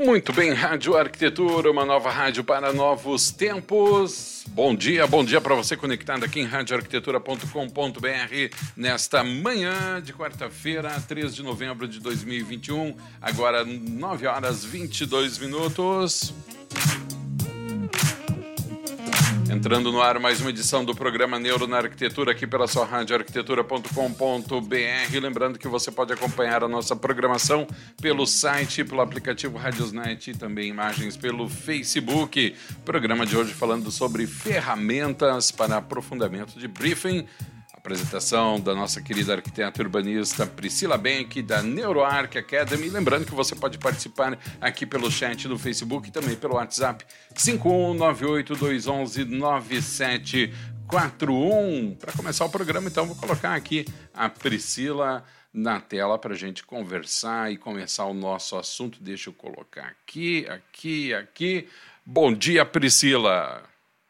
Muito bem, Rádio Arquitetura, uma nova rádio para novos tempos. Bom dia para você conectado aqui em radioarquitetura.com.br nesta manhã de quarta-feira, 3 de novembro de 2021, agora 9 horas 22 minutos. Entrando no ar mais uma edição do programa Neuro na Arquitetura aqui pela sua radioarquitetura.com.br. Lembrando que você pode acompanhar a nossa programação pelo site, pelo aplicativo Radiosnet e também imagens pelo Facebook. Programa de hoje falando sobre ferramentas para aprofundamento de briefing. Apresentação da nossa querida arquiteta urbanista Priscila Benck, da NeuroArc Academy. Lembrando que você pode participar aqui pelo chat do Facebook e também pelo WhatsApp 5198-211-9741. Para começar o programa, então, vou colocar aqui a Priscila na tela para a gente conversar e começar o nosso assunto. Deixa eu colocar aqui. Bom dia, Priscila!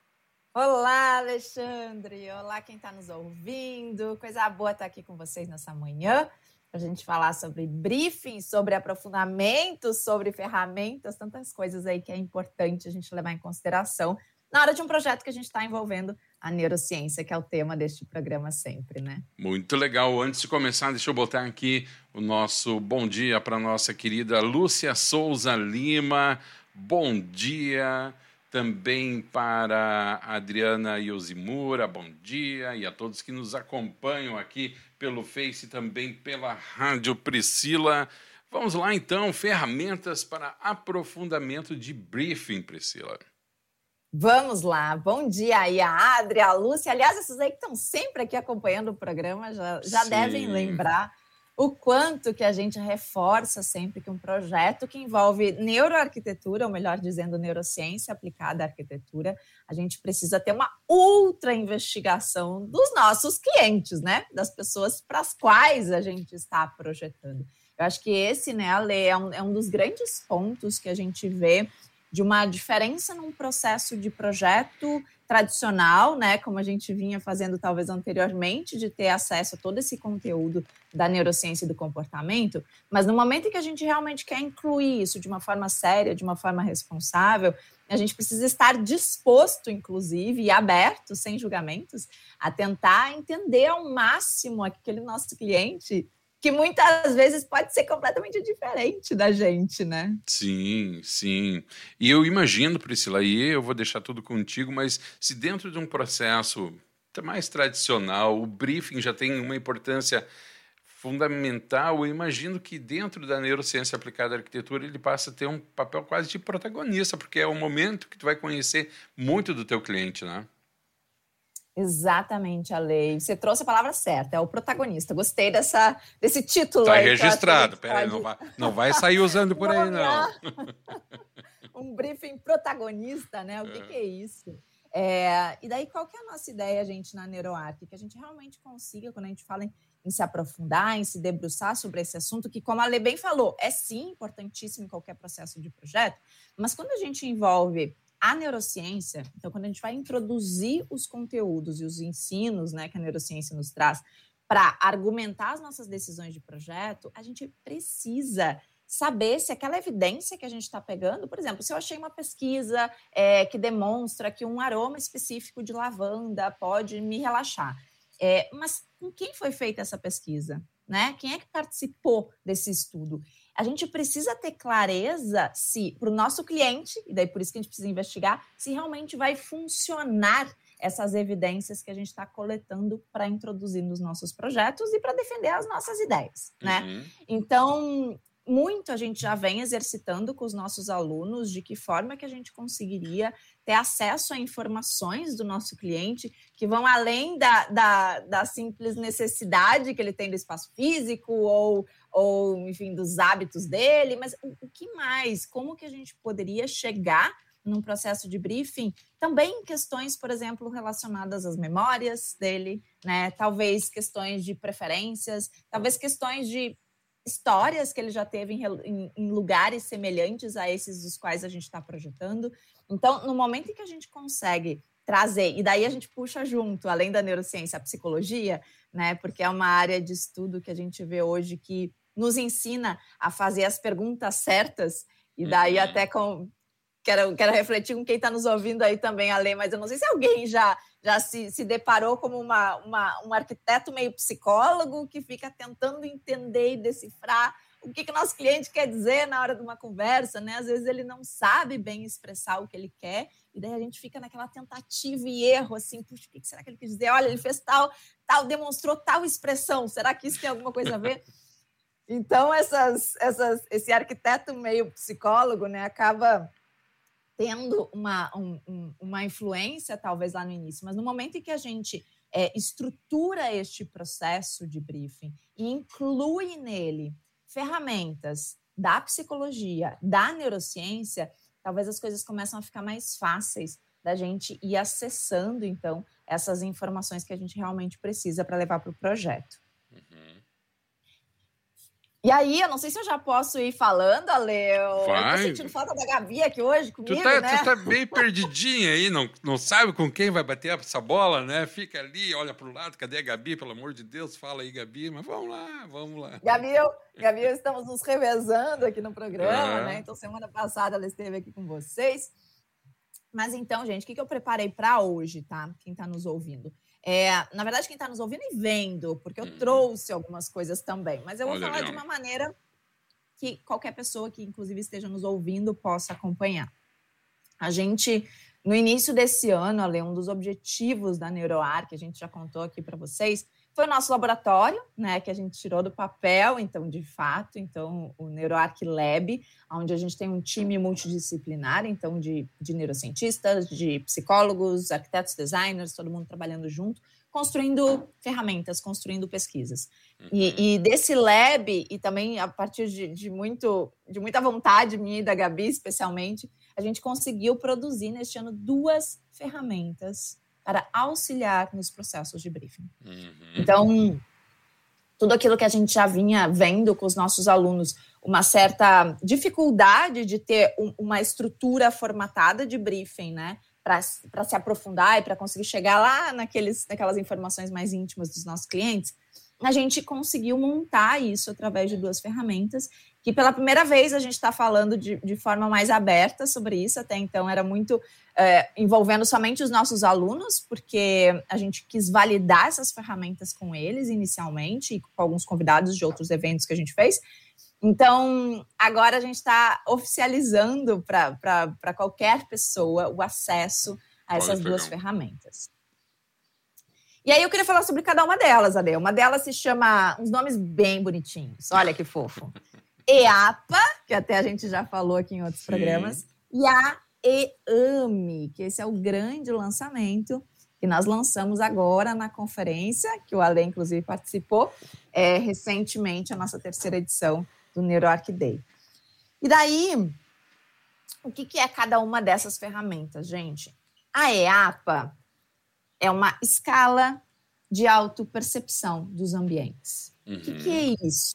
Olá, Alexandre! Olá, quem está nos ouvindo. Coisa boa estar aqui com vocês nessa manhã para a gente falar sobre briefing, sobre aprofundamento, sobre ferramentas, tantas coisas aí que é importante a gente levar em consideração na hora de um projeto que a gente está envolvendo a neurociência, que é o tema deste programa sempre, né? Muito legal. Antes de começar, deixa eu botar aqui o nosso bom dia para a nossa querida Lúcia Souza Lima. Bom dia! Também para a Adriana Yosimura, bom dia, e a todos que nos acompanham aqui pelo Face e também pela Rádio Priscila. Vamos lá, então, ferramentas para aprofundamento de briefing, Priscila. Vamos lá, bom dia aí a Adri, a Lúcia, aliás, esses aí que estão sempre aqui acompanhando o programa já devem lembrar o quanto que a gente reforça sempre que um projeto que envolve neuroarquitetura, ou melhor dizendo, neurociência aplicada à arquitetura, a gente precisa ter uma ultra investigação dos nossos clientes, né? Das pessoas para as quais a gente está projetando. Eu acho que esse, né, Ale, é um dos grandes pontos que a gente vê de uma diferença num processo de projeto tradicional, né, como a gente vinha fazendo talvez anteriormente, de ter acesso a todo esse conteúdo da neurociência e do comportamento, mas no momento em que a gente realmente quer incluir isso de uma forma séria, de uma forma responsável, a gente precisa estar disposto, inclusive, e aberto, sem julgamentos, a tentar entender ao máximo aquele nosso cliente, que muitas vezes pode ser completamente diferente da gente, né? Sim, sim. E eu imagino, Priscila, aí eu vou deixar tudo contigo, mas se dentro de um processo mais tradicional, o briefing já tem uma importância fundamental, eu imagino que dentro da neurociência aplicada à arquitetura ele passa a ter um papel quase de protagonista, porque é o momento que tu vai conhecer muito do teu cliente, né? Exatamente, Ale. Você trouxe a palavra certa, é o protagonista. Gostei desse título. Está registrado, peraí, não vai sair usando por aí, não. Um briefing protagonista, né? O que é isso? E daí, qual que é a nossa ideia, gente, na NeuroArc? Que a gente realmente consiga, quando a gente fala em se aprofundar, em se debruçar sobre esse assunto, que, como a Ale bem falou, é sim importantíssimo em qualquer processo de projeto, mas quando a gente envolve a neurociência, então, quando a gente vai introduzir os conteúdos e os ensinos, né, que a neurociência nos traz para argumentar as nossas decisões de projeto, a gente precisa saber se aquela evidência que a gente está pegando, por exemplo, se eu achei uma pesquisa que demonstra que um aroma específico de lavanda pode me relaxar, mas com quem foi feita essa pesquisa? Né? Quem é que participou desse estudo? A gente precisa ter clareza se, para o nosso cliente, e daí por isso que a gente precisa investigar, se realmente vai funcionar essas evidências que a gente está coletando para introduzir nos nossos projetos e para defender as nossas ideias, né? Uhum. Então, muito a gente já vem exercitando com os nossos alunos de que forma que a gente conseguiria ter acesso a informações do nosso cliente que vão além da simples necessidade que ele tem do espaço físico ou, enfim, dos hábitos dele, mas o que mais? Como que a gente poderia chegar num processo de briefing também em questões, por exemplo, relacionadas às memórias dele, né? Talvez questões de preferências, talvez questões de histórias que ele já teve em lugares semelhantes a esses dos quais a gente está projetando. Então, no momento em que a gente consegue trazer, e daí a gente puxa junto, além da neurociência, a psicologia, né? Porque é uma área de estudo que a gente vê hoje que nos ensina a fazer as perguntas certas E daí até quero refletir com quem está nos ouvindo aí também, Ale, mas eu não sei se alguém já se deparou como um arquiteto meio psicólogo que fica tentando entender e decifrar o que o nosso cliente quer dizer na hora de uma conversa, né? Às vezes ele não sabe bem expressar o que ele quer, e daí a gente fica naquela tentativa e erro, assim, puxa, o que será que ele quis dizer? Olha, ele fez tal, demonstrou tal expressão, será que isso tem alguma coisa a ver? Então, esse arquiteto meio psicólogo, né, acaba tendo uma influência, talvez, lá no início, mas no momento em que a gente estrutura este processo de briefing e inclui nele ferramentas da psicologia, da neurociência, talvez as coisas começam a ficar mais fáceis da gente ir acessando, então, essas informações que a gente realmente precisa para levar para o projeto. E aí, eu não sei se eu já posso ir falando, Ale. Eu tô sentindo falta da Gabi aqui hoje comigo, né? Tu tá bem perdidinha aí, não sabe com quem vai bater essa bola, né? Fica ali, olha pro lado, cadê a Gabi? Pelo amor de Deus, fala aí, Gabi. Mas vamos lá. Gabi, eu estamos nos revezando aqui no programa, né? Então, semana passada ela esteve aqui com vocês. Mas então, gente, o que eu preparei para hoje, tá? Quem tá nos ouvindo? Na verdade, quem está nos ouvindo e vendo, porque eu trouxe algumas coisas também, mas eu vou falar de uma maneira que qualquer pessoa que, inclusive, esteja nos ouvindo possa acompanhar. A gente, no início desse ano, Ale, um dos objetivos da NeuroArc, que a gente já contou aqui para vocês, foi o nosso laboratório, né, que a gente tirou do papel, então, de fato, então, o NeuroArc Lab, onde a gente tem um time multidisciplinar, então, de neurocientistas, de psicólogos, arquitetos, designers, todo mundo trabalhando junto, construindo ferramentas, construindo pesquisas. E desse lab, e também a partir de muita vontade minha e da Gabi, especialmente, a gente conseguiu produzir neste ano 2 ferramentas para auxiliar nos processos de briefing. Então, tudo aquilo que a gente já vinha vendo com os nossos alunos, uma certa dificuldade de ter uma estrutura formatada de briefing, né, para se aprofundar e para conseguir chegar lá naquelas informações mais íntimas dos nossos clientes, a gente conseguiu montar isso através de 2 ferramentas, que pela primeira vez a gente está falando de forma mais aberta sobre isso. Até então era muito envolvendo somente os nossos alunos, porque a gente quis validar essas ferramentas com eles inicialmente, e com alguns convidados de outros eventos que a gente fez. Então, agora a gente está oficializando para qualquer pessoa o acesso a essas 2 ferramentas. E aí eu queria falar sobre cada uma delas, Ade. Uma delas se chama, uns nomes bem bonitinhos, olha que fofo. EAPA, que até a gente já falou aqui em outros programas, e a EAME, que esse é o grande lançamento que nós lançamos agora na conferência, que o Ale, inclusive, participou recentemente, a nossa 3ª edição do NeuroArc Day. E daí, o que é cada uma dessas ferramentas, gente? A EAPA é uma escala de autopercepção dos ambientes. O que é isso?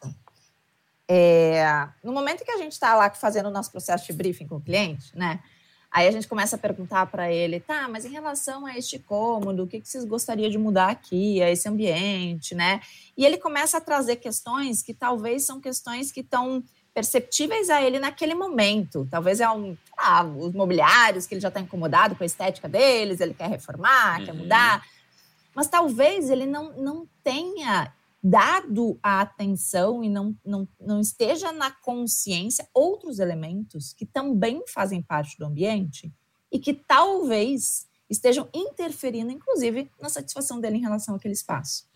No momento que a gente está lá fazendo o nosso processo de briefing com o cliente, né? Aí a gente começa a perguntar para ele, tá, mas em relação a este cômodo, o que vocês gostariam de mudar aqui, a esse ambiente, né? E ele começa a trazer questões que talvez são questões que estão perceptíveis a ele naquele momento. Talvez os mobiliários, que ele já está incomodado com a estética deles, ele quer reformar, quer mudar. Mas talvez ele não tenha dado a atenção e não esteja na consciência outros elementos que também fazem parte do ambiente e que talvez estejam interferindo, inclusive, na satisfação dele em relação àquele espaço.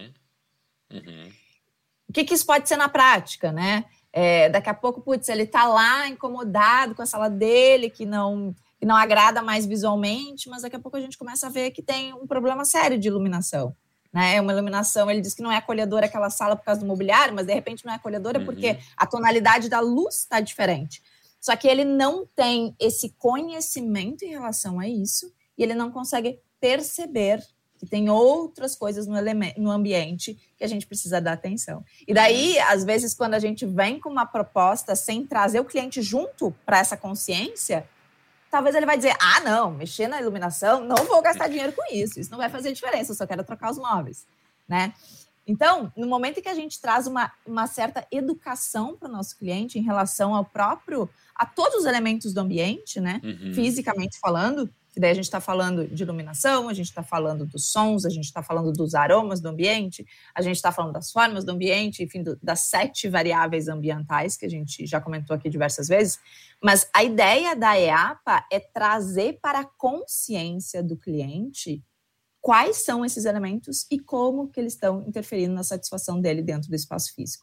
O que isso pode ser na prática, né? Daqui a pouco, ele está lá incomodado com a sala dele, que não agrada mais visualmente, mas daqui a pouco a gente começa a ver que tem um problema sério de iluminação. Né? Uma iluminação, ele diz que não é acolhedora aquela sala por causa do mobiliário, mas de repente não é acolhedora porque a tonalidade da luz está diferente. Só que ele não tem esse conhecimento em relação a isso e ele não consegue perceber que tem outras coisas no ambiente que a gente precisa dar atenção. E daí, às vezes, quando a gente vem com uma proposta sem trazer o cliente junto para essa consciência, talvez ele vai dizer, não, mexer na iluminação, não vou gastar dinheiro com isso não vai fazer diferença, eu só quero trocar os móveis, né? Então, no momento em que a gente traz uma certa educação para o nosso cliente em relação a todos os elementos do ambiente, né? Fisicamente falando, que daí a gente está falando de iluminação, a gente está falando dos sons, a gente está falando dos aromas do ambiente, a gente está falando das formas do ambiente, enfim, das 7 variáveis ambientais que a gente já comentou aqui diversas vezes. Mas a ideia da EAPA é trazer para a consciência do cliente quais são esses elementos e como que eles estão interferindo na satisfação dele dentro do espaço físico.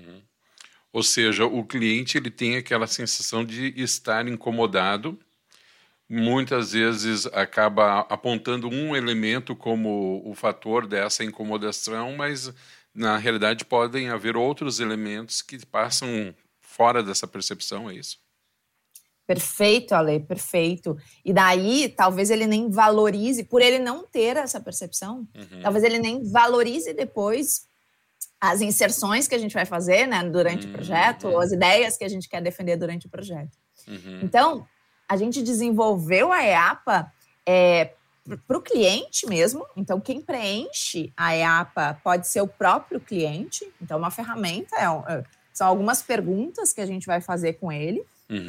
Ou seja, o cliente ele tem aquela sensação de estar incomodado, muitas vezes acaba apontando um elemento como o fator dessa incomodação, mas na realidade podem haver outros elementos que passam fora dessa percepção, é isso? Perfeito, Ale, perfeito. E daí, talvez ele nem valorize, por ele não ter essa percepção, talvez ele nem valorize depois as inserções que a gente vai fazer, né, durante o projeto, ou as ideias que a gente quer defender durante o projeto. Então, a gente desenvolveu a EAPA para o cliente mesmo. Então, quem preenche a EAPA pode ser o próprio cliente. Então, uma ferramenta, são algumas perguntas que a gente vai fazer com ele.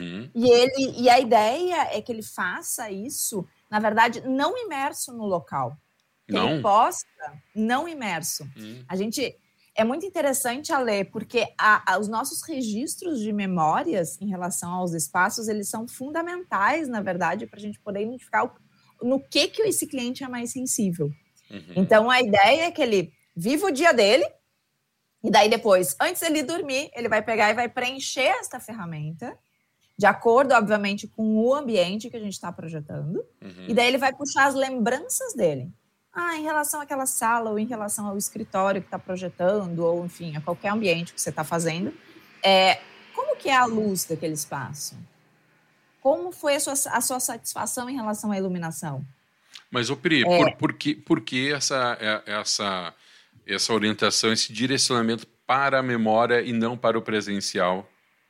E a ideia é que ele faça isso, na verdade, não imerso no local. Que ele possa não imerso. A gente... É muito interessante, Ale, porque os nossos registros de memórias em relação aos espaços, eles são fundamentais, na verdade, para a gente poder identificar no que esse cliente é mais sensível. Então, a ideia é que ele viva o dia dele, e daí depois, antes dele dormir, ele vai pegar e vai preencher esta ferramenta, de acordo, obviamente, com o ambiente que a gente está projetando, e daí ele vai puxar as lembranças dele. Em relação àquela sala, ou em relação ao escritório que está projetando, ou, enfim, a qualquer ambiente que você está fazendo, como que é a luz daquele espaço? Como foi a sua satisfação em relação à iluminação? Mas, Pri, por que essa orientação, esse direcionamento para a memória e não para o presencial?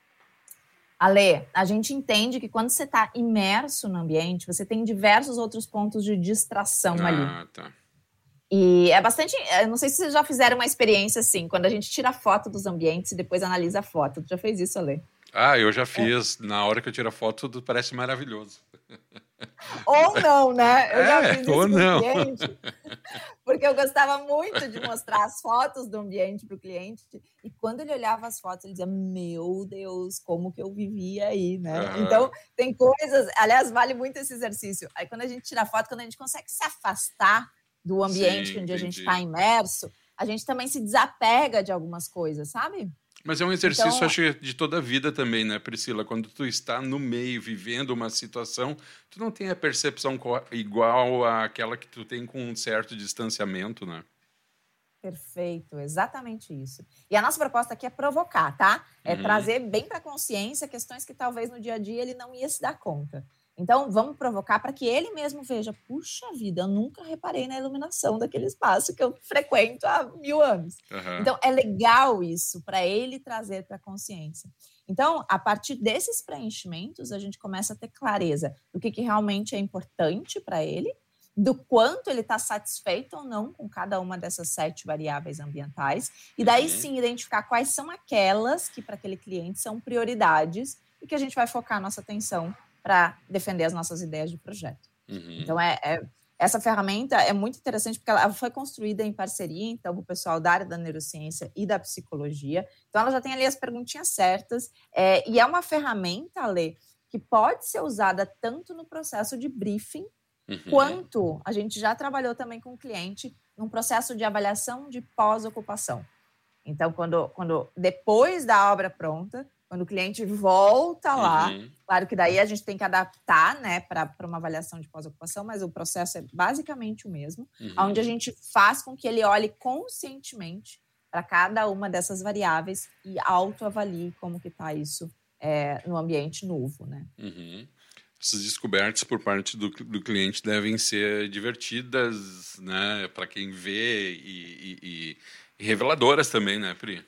Ale, a gente entende que quando você está imerso no ambiente, você tem diversos outros pontos de distração ali. Tá. E é bastante... Eu não sei se vocês já fizeram uma experiência assim, quando a gente tira foto dos ambientes e depois analisa a foto. Tu já fez isso, Ale? Eu já fiz. Na hora que eu tiro a foto, tudo parece maravilhoso. Ou não, né? Eu já fiz isso ou não. com o cliente, porque eu gostava muito de mostrar as fotos do ambiente para o cliente, e quando ele olhava as fotos, ele dizia, meu Deus, como que eu vivia aí, né? Então, tem coisas... Aliás, vale muito esse exercício. Aí, quando a gente tira foto, quando a gente consegue se afastar do ambiente onde a gente está imerso, a gente também se desapega de algumas coisas, sabe? Mas é um exercício, acho, de toda a vida também, né, Priscila? Quando tu está no meio, vivendo uma situação, tu não tem a percepção igual àquela que tu tem com um certo distanciamento, né? Perfeito, exatamente isso. E a nossa proposta aqui é provocar, tá? É trazer bem para a consciência questões que talvez no dia a dia ele não ia se dar conta. Então, vamos provocar para que ele mesmo veja, puxa vida, eu nunca reparei na iluminação daquele espaço que eu frequento há 1000 anos. Então, é legal isso, para ele trazer para a consciência. Então, a partir desses preenchimentos, a gente começa a ter clareza do que realmente é importante para ele, do quanto ele está satisfeito ou não com cada uma dessas 7 variáveis ambientais, e daí sim identificar quais são aquelas que para aquele cliente são prioridades e que a gente vai focar a nossa atenção para defender as nossas ideias de projeto. Então, essa ferramenta é muito interessante porque ela foi construída em parceria, então, com o pessoal da área da neurociência e da psicologia. Então, ela já tem ali as perguntinhas certas, e é uma ferramenta, Lê, que pode ser usada tanto no processo de briefing, quanto a gente já trabalhou também com o cliente num processo de avaliação de pós-ocupação. Então, quando depois da obra pronta, quando o cliente volta lá, claro que daí a gente tem que adaptar, né, para uma avaliação de pós-ocupação, mas o processo é basicamente o mesmo, onde a gente faz com que ele olhe conscientemente para cada uma dessas variáveis e autoavalie como que está isso no ambiente novo, né? Essas descobertas por parte do cliente devem ser divertidas, né, para quem vê e reveladoras também, né, Pri?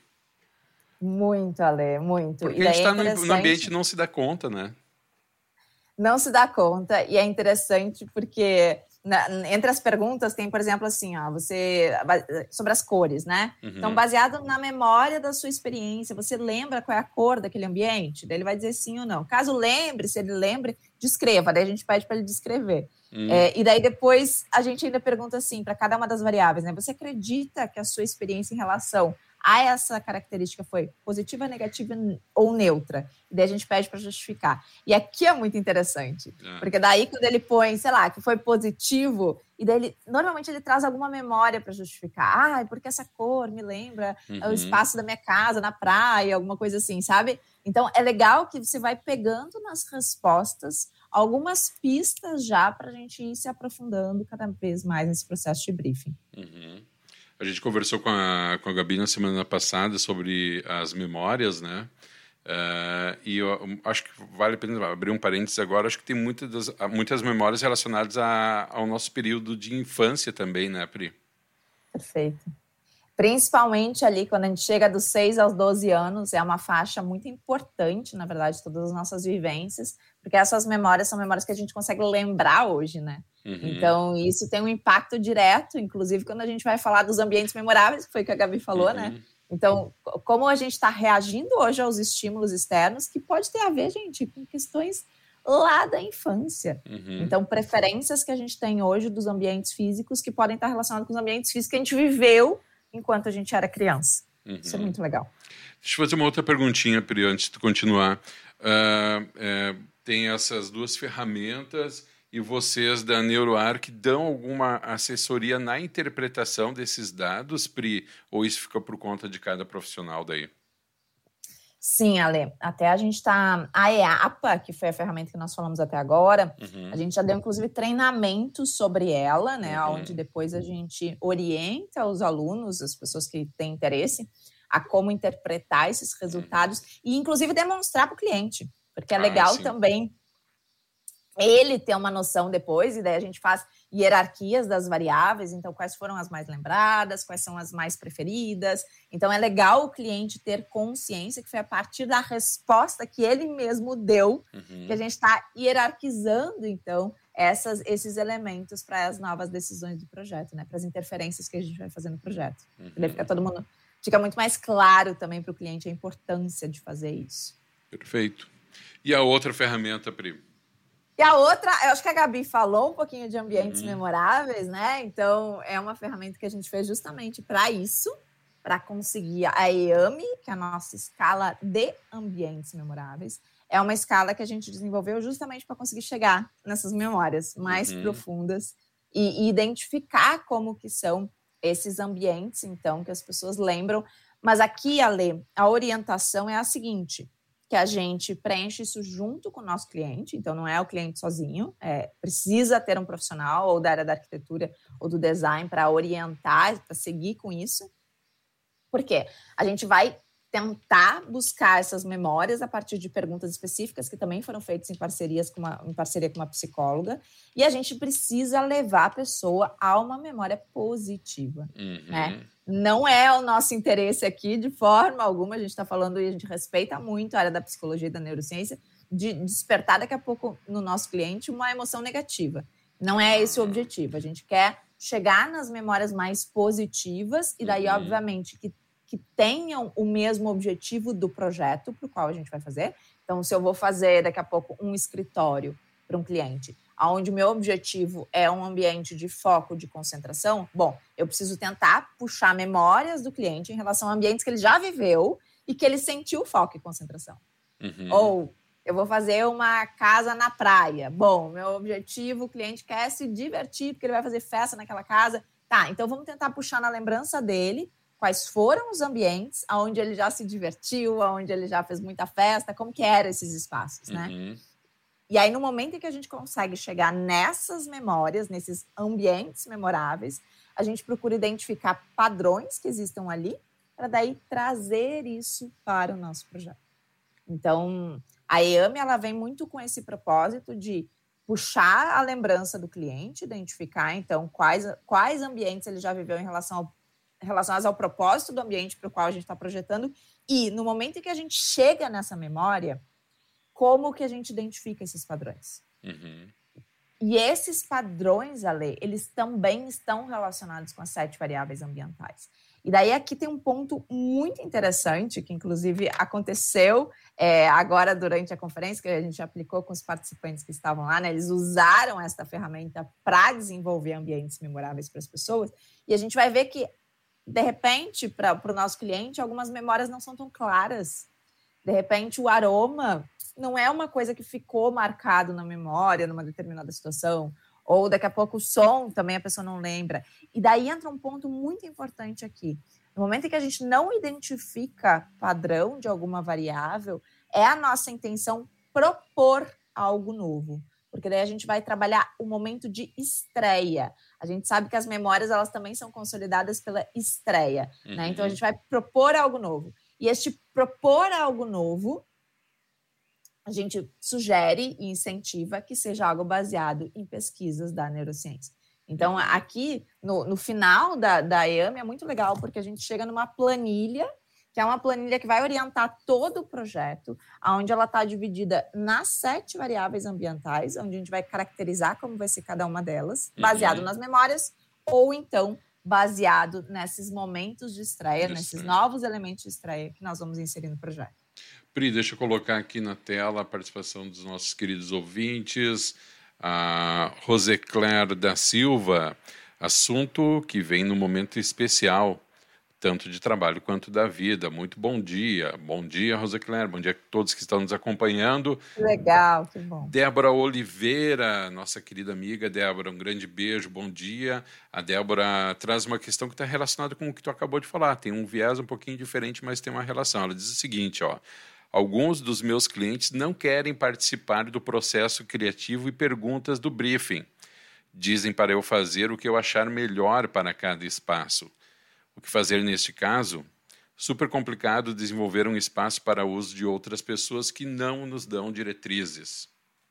Muito, Ale, muito. Porque a gente está no ambiente e não se dá conta, né? Não se dá conta, e é interessante porque entre as perguntas tem, por exemplo, assim, ó, sobre as cores, né? Uhum. Então, baseado na memória da sua experiência, você lembra qual é a cor daquele ambiente? Daí ele vai dizer sim ou não. Caso lembre, se ele lembre, descreva. Daí a gente pede para ele descrever. E daí depois a gente ainda pergunta assim, para cada uma das variáveis, né? Você acredita que a sua experiência em relação a essa característica foi positiva, negativa ou neutra? E daí a gente pede para justificar. E aqui é muito interessante, porque daí quando ele põe, sei lá, que foi positivo, e daí normalmente ele traz alguma memória para justificar. Porque essa cor me lembra o espaço da minha casa, na praia, alguma coisa assim, sabe? Então é legal que você vai pegando nas respostas algumas pistas já para a gente ir se aprofundando cada vez mais nesse processo de briefing. A gente conversou com a Gabi na semana passada sobre as memórias, né? E eu acho que vale a pena abrir um parênteses agora. Acho que tem muitas memórias relacionadas ao nosso período de infância também, né, Pri? Perfeito. Principalmente ali, quando a gente chega dos 6 aos 12 anos, é uma faixa muito importante, na verdade, de todas as nossas vivências, porque essas memórias são memórias que a gente consegue lembrar hoje, né? Então, isso tem um impacto direto, inclusive quando a gente vai falar dos ambientes memoráveis, que foi o que a Gabi falou, né? Então, como a gente está reagindo hoje aos estímulos externos, que pode ter a ver, gente, com questões lá da infância. Então, preferências que a gente tem hoje dos ambientes físicos que podem estar relacionados com os ambientes físicos que a gente viveu enquanto a gente era criança. Isso é muito legal. Deixa eu fazer uma outra perguntinha, Pri, antes de continuar. Tem essas duas ferramentas e vocês da NeuroArc dão alguma assessoria na interpretação desses dados, Pri? Ou isso fica por conta de cada profissional daí? Sim, Ale. Até a gente está... A EAPA, que foi a ferramenta que nós falamos até agora, a gente já deu, inclusive, treinamento sobre ela, né? Onde depois a gente orienta os alunos, as pessoas que têm interesse, a como interpretar esses resultados e, inclusive, demonstrar para o cliente. Porque é legal também ele ter uma noção depois, e daí a gente faz hierarquias das variáveis, então quais foram as mais lembradas, quais são as mais preferidas. Então é legal o cliente ter consciência que foi a partir da resposta que ele mesmo deu que a gente está hierarquizando, então, esses elementos para as novas decisões do projeto, né? Para as interferências que a gente vai fazer no projeto. Daí fica muito mais claro também para o cliente a importância de fazer isso. Perfeito. E a outra ferramenta, Pri? E a outra, eu acho que a Gabi falou um pouquinho de ambientes memoráveis, né? Então, é uma ferramenta que a gente fez justamente para isso, para conseguir a EAME, que é a nossa escala de ambientes memoráveis. É uma escala que a gente desenvolveu justamente para conseguir chegar nessas memórias mais profundas e identificar como que são esses ambientes, então, que as pessoas lembram. Mas aqui, Ale, a orientação é a seguinte: que a gente preenche isso junto com o nosso cliente, então não é o cliente sozinho, precisa ter um profissional ou da área da arquitetura ou do design para orientar, para seguir com isso. Por quê? A gente vai tentar buscar essas memórias a partir de perguntas específicas que também foram feitas em parceria com uma psicóloga, e a gente precisa levar a pessoa a uma memória positiva, né? Não é o nosso interesse aqui, de forma alguma, a gente está falando e a gente respeita muito a área da psicologia e da neurociência, de despertar daqui a pouco no nosso cliente uma emoção negativa. Não é esse o objetivo. A gente quer chegar nas memórias mais positivas e daí, obviamente, que tenham o mesmo objetivo do projeto para o qual a gente vai fazer. Então, se eu vou fazer daqui a pouco um escritório para um cliente, onde o meu objetivo é um ambiente de foco, de concentração, bom, eu preciso tentar puxar memórias do cliente em relação a ambientes que ele já viveu e que ele sentiu foco e concentração. Ou eu vou fazer uma casa na praia. Bom, meu objetivo, o cliente quer se divertir porque ele vai fazer festa naquela casa. Tá, então vamos tentar puxar na lembrança dele quais foram os ambientes onde ele já se divertiu, onde ele já fez muita festa, como que eram esses espaços, né? E aí, no momento em que a gente consegue chegar nessas memórias, nesses ambientes memoráveis, a gente procura identificar padrões que existam ali, para daí trazer isso para o nosso projeto. Então, a EAME, ela vem muito com esse propósito de puxar a lembrança do cliente, identificar, então, quais ambientes ele já viveu relacionados ao propósito do ambiente para o qual a gente está projetando, e no momento em que a gente chega nessa memória, como que a gente identifica esses padrões. E esses padrões, Ale, eles também estão relacionados com as 7 variáveis ambientais. E daí aqui tem um ponto muito interessante, que inclusive aconteceu agora durante a conferência, que a gente aplicou com os participantes que estavam lá, né? Eles usaram esta ferramenta para desenvolver ambientes memoráveis para as pessoas, e a gente vai ver que, de repente, para o nosso cliente, algumas memórias não são tão claras. De repente, o aroma não é uma coisa que ficou marcado na memória numa determinada situação, ou daqui a pouco o som também a pessoa não lembra. E daí entra um ponto muito importante aqui. No momento em que a gente não identifica padrão de alguma variável, é a nossa intenção propor algo novo. Porque daí a gente vai trabalhar o momento de estreia. A gente sabe que as memórias, elas também são consolidadas pela estreia, né? Então a gente vai propor algo novo. E este propor algo novo, a gente sugere e incentiva que seja algo baseado em pesquisas da neurociência. Então, aqui, no final da EAME, é muito legal, porque a gente chega numa planilha, que é uma planilha que vai orientar todo o projeto, onde ela está dividida nas 7 variáveis ambientais, onde a gente vai caracterizar como vai ser cada uma delas, baseado nas memórias, ou então baseado nesses momentos de estreia, nesses novos elementos de estreia que nós vamos inserir no projeto. Pri, deixa eu colocar aqui na tela a participação dos nossos queridos ouvintes. A Roseclaire da Silva, assunto que vem num momento especial, tanto de trabalho quanto da vida. Muito bom dia. Bom dia, Roseclaire. Bom dia a todos que estão nos acompanhando. Legal, que bom. Débora Oliveira, nossa querida amiga Débora, um grande beijo, bom dia. A Débora traz uma questão que está relacionada com o que tu acabou de falar. Tem um viés um pouquinho diferente, mas tem uma relação. Ela diz o seguinte, ó. Alguns dos meus clientes não querem participar do processo criativo e perguntas do briefing. Dizem para eu fazer o que eu achar melhor para cada espaço. O que fazer neste caso? Super complicado desenvolver um espaço para uso de outras pessoas que não nos dão diretrizes.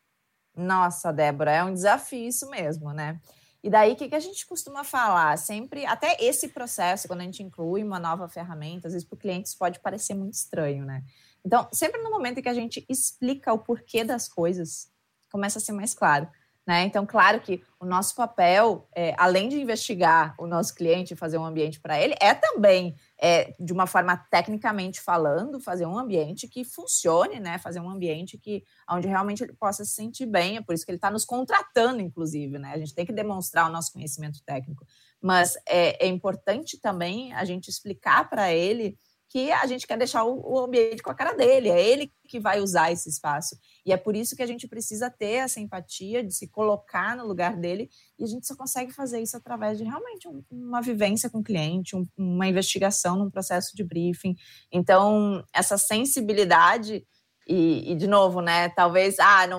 Nossa, Débora, é um desafio isso mesmo, né? E daí, o que a gente costuma falar? Sempre, até esse processo, quando a gente inclui uma nova ferramenta, às vezes para o cliente isso pode parecer muito estranho, né? Então, sempre no momento em que a gente explica o porquê das coisas, começa a ser mais claro, né? Então, claro que o nosso papel, além de investigar o nosso cliente e fazer um ambiente para ele, é também, de uma forma tecnicamente falando, fazer um ambiente que funcione, né? Fazer um ambiente onde realmente ele possa se sentir bem. É por isso que ele está nos contratando, inclusive, né? A gente tem que demonstrar o nosso conhecimento técnico. Mas é importante também a gente explicar para ele que a gente quer deixar o ambiente com a cara dele, é ele que vai usar esse espaço. E é por isso que a gente precisa ter essa empatia de se colocar no lugar dele, e a gente só consegue fazer isso através de realmente uma vivência com o cliente, uma investigação num processo de briefing. Então, essa sensibilidade, e de novo, né, talvez,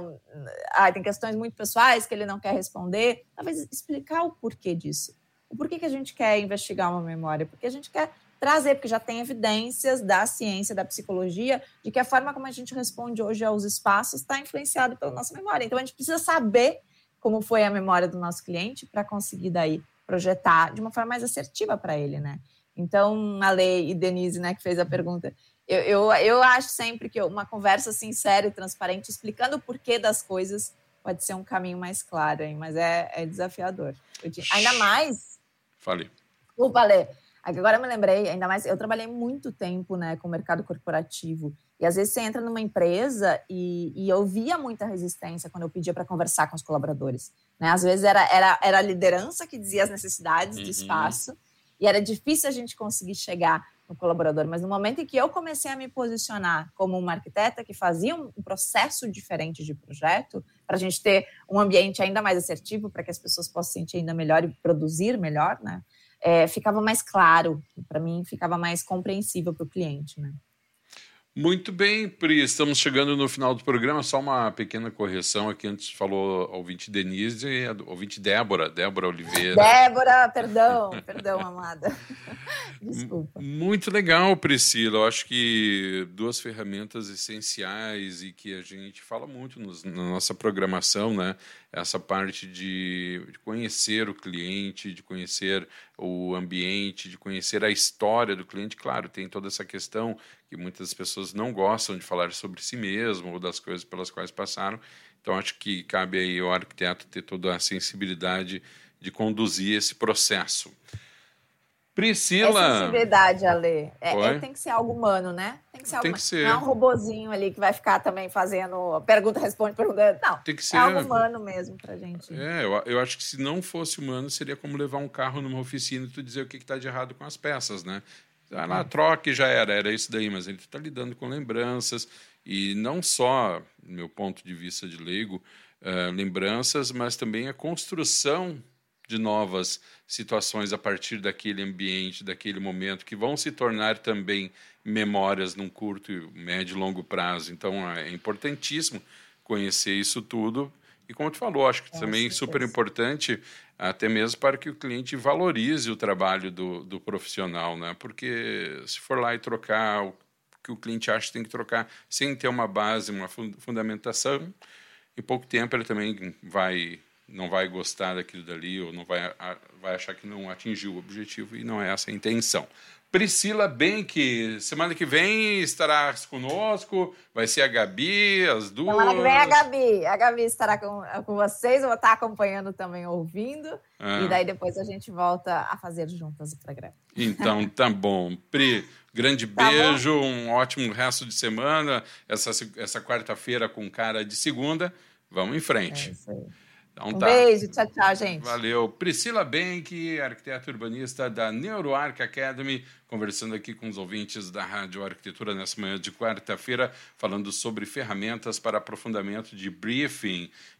tem questões muito pessoais que ele não quer responder, talvez explicar o porquê disso. O porquê que a gente quer investigar uma memória, porque a gente quer trazer, porque já tem evidências da ciência, da psicologia, de que a forma como a gente responde hoje aos espaços está influenciado pela nossa memória. Então, a gente precisa saber como foi a memória do nosso cliente para conseguir, daí, projetar de uma forma mais assertiva para ele, né? Então, a Lei e Denise, né, que fez a pergunta, eu acho sempre que uma conversa sincera e transparente, explicando o porquê das coisas, pode ser um caminho mais claro, hein? Mas é desafiador. Ainda mais... Fale. Desculpa, Lê. Agora eu me lembrei, ainda mais, eu trabalhei muito tempo, né, com o mercado corporativo, e às vezes você entra numa empresa e eu via muita resistência quando eu pedia para conversar com os colaboradores, né? Às vezes era a liderança que dizia as necessidades de espaço, e era difícil a gente conseguir chegar no colaborador, mas no momento em que eu comecei a me posicionar como uma arquiteta que fazia um processo diferente de projeto, para a gente ter um ambiente ainda mais assertivo, para que as pessoas possam sentir ainda melhor e produzir melhor, né? Ficava mais claro, para mim ficava mais compreensível para o cliente, né? Muito bem, Pri, estamos chegando no final do programa, só uma pequena correção aqui, antes falou ouvinte Denise e ouvinte Débora Oliveira. Débora, perdão, amada. Desculpa. Muito legal, Priscila. Eu acho que duas ferramentas essenciais e que a gente fala muito na nossa programação, né? Essa parte de conhecer o cliente, de conhecer o ambiente, de conhecer a história do cliente. Claro, tem toda essa questão que muitas pessoas não gostam de falar sobre si mesmo ou das coisas pelas quais passaram. Então, acho que cabe aí ao arquiteto ter toda a sensibilidade de conduzir esse processo. Priscila. É sensibilidade, Ale. Oi? Tem que ser algo humano, né? Tem que ser algo Tem que humano. ser. Não é um robozinho ali que vai ficar também fazendo pergunta, responde, pergunta. Não, Tem que ser. É algo humano mesmo pra gente. Eu acho que se não fosse humano, seria como levar um carro numa oficina e tu dizer o que está de errado com as peças, né? Vai lá, troca e já era isso daí, mas ele está lidando com lembranças e não só, do meu ponto de vista de leigo, lembranças, mas também a construção de novas situações a partir daquele ambiente, daquele momento, que vão se tornar também memórias num curto, médio e longo prazo. Então, é importantíssimo conhecer isso tudo. E como tu falou, acho que também é super importante, até mesmo para que o cliente valorize o trabalho do profissional, né? Porque se for lá e trocar o que o cliente acha que tem que trocar sem ter uma base, uma fundamentação, em pouco tempo ele também não vai gostar daquilo dali ou não vai achar que não atingiu o objetivo e não é essa a intenção. Priscila Benck, semana que vem estará conosco, vai ser a Gabi, as duas. Semana que vem a Gabi estará com vocês, eu vou estar acompanhando também, ouvindo, e daí depois a gente volta a fazer juntas o programa. Então, tá bom. Pri, grande beijo, um ótimo resto de semana, essa quarta-feira com cara de segunda, vamos em frente. É isso aí. Então, Beijo, tchau, gente. Valeu. Priscila Benck, arquiteta urbanista da NeuroArc Academy, conversando aqui com os ouvintes da Rádio Arquitetura nessa manhã de quarta-feira, falando sobre ferramentas para aprofundamento de briefing.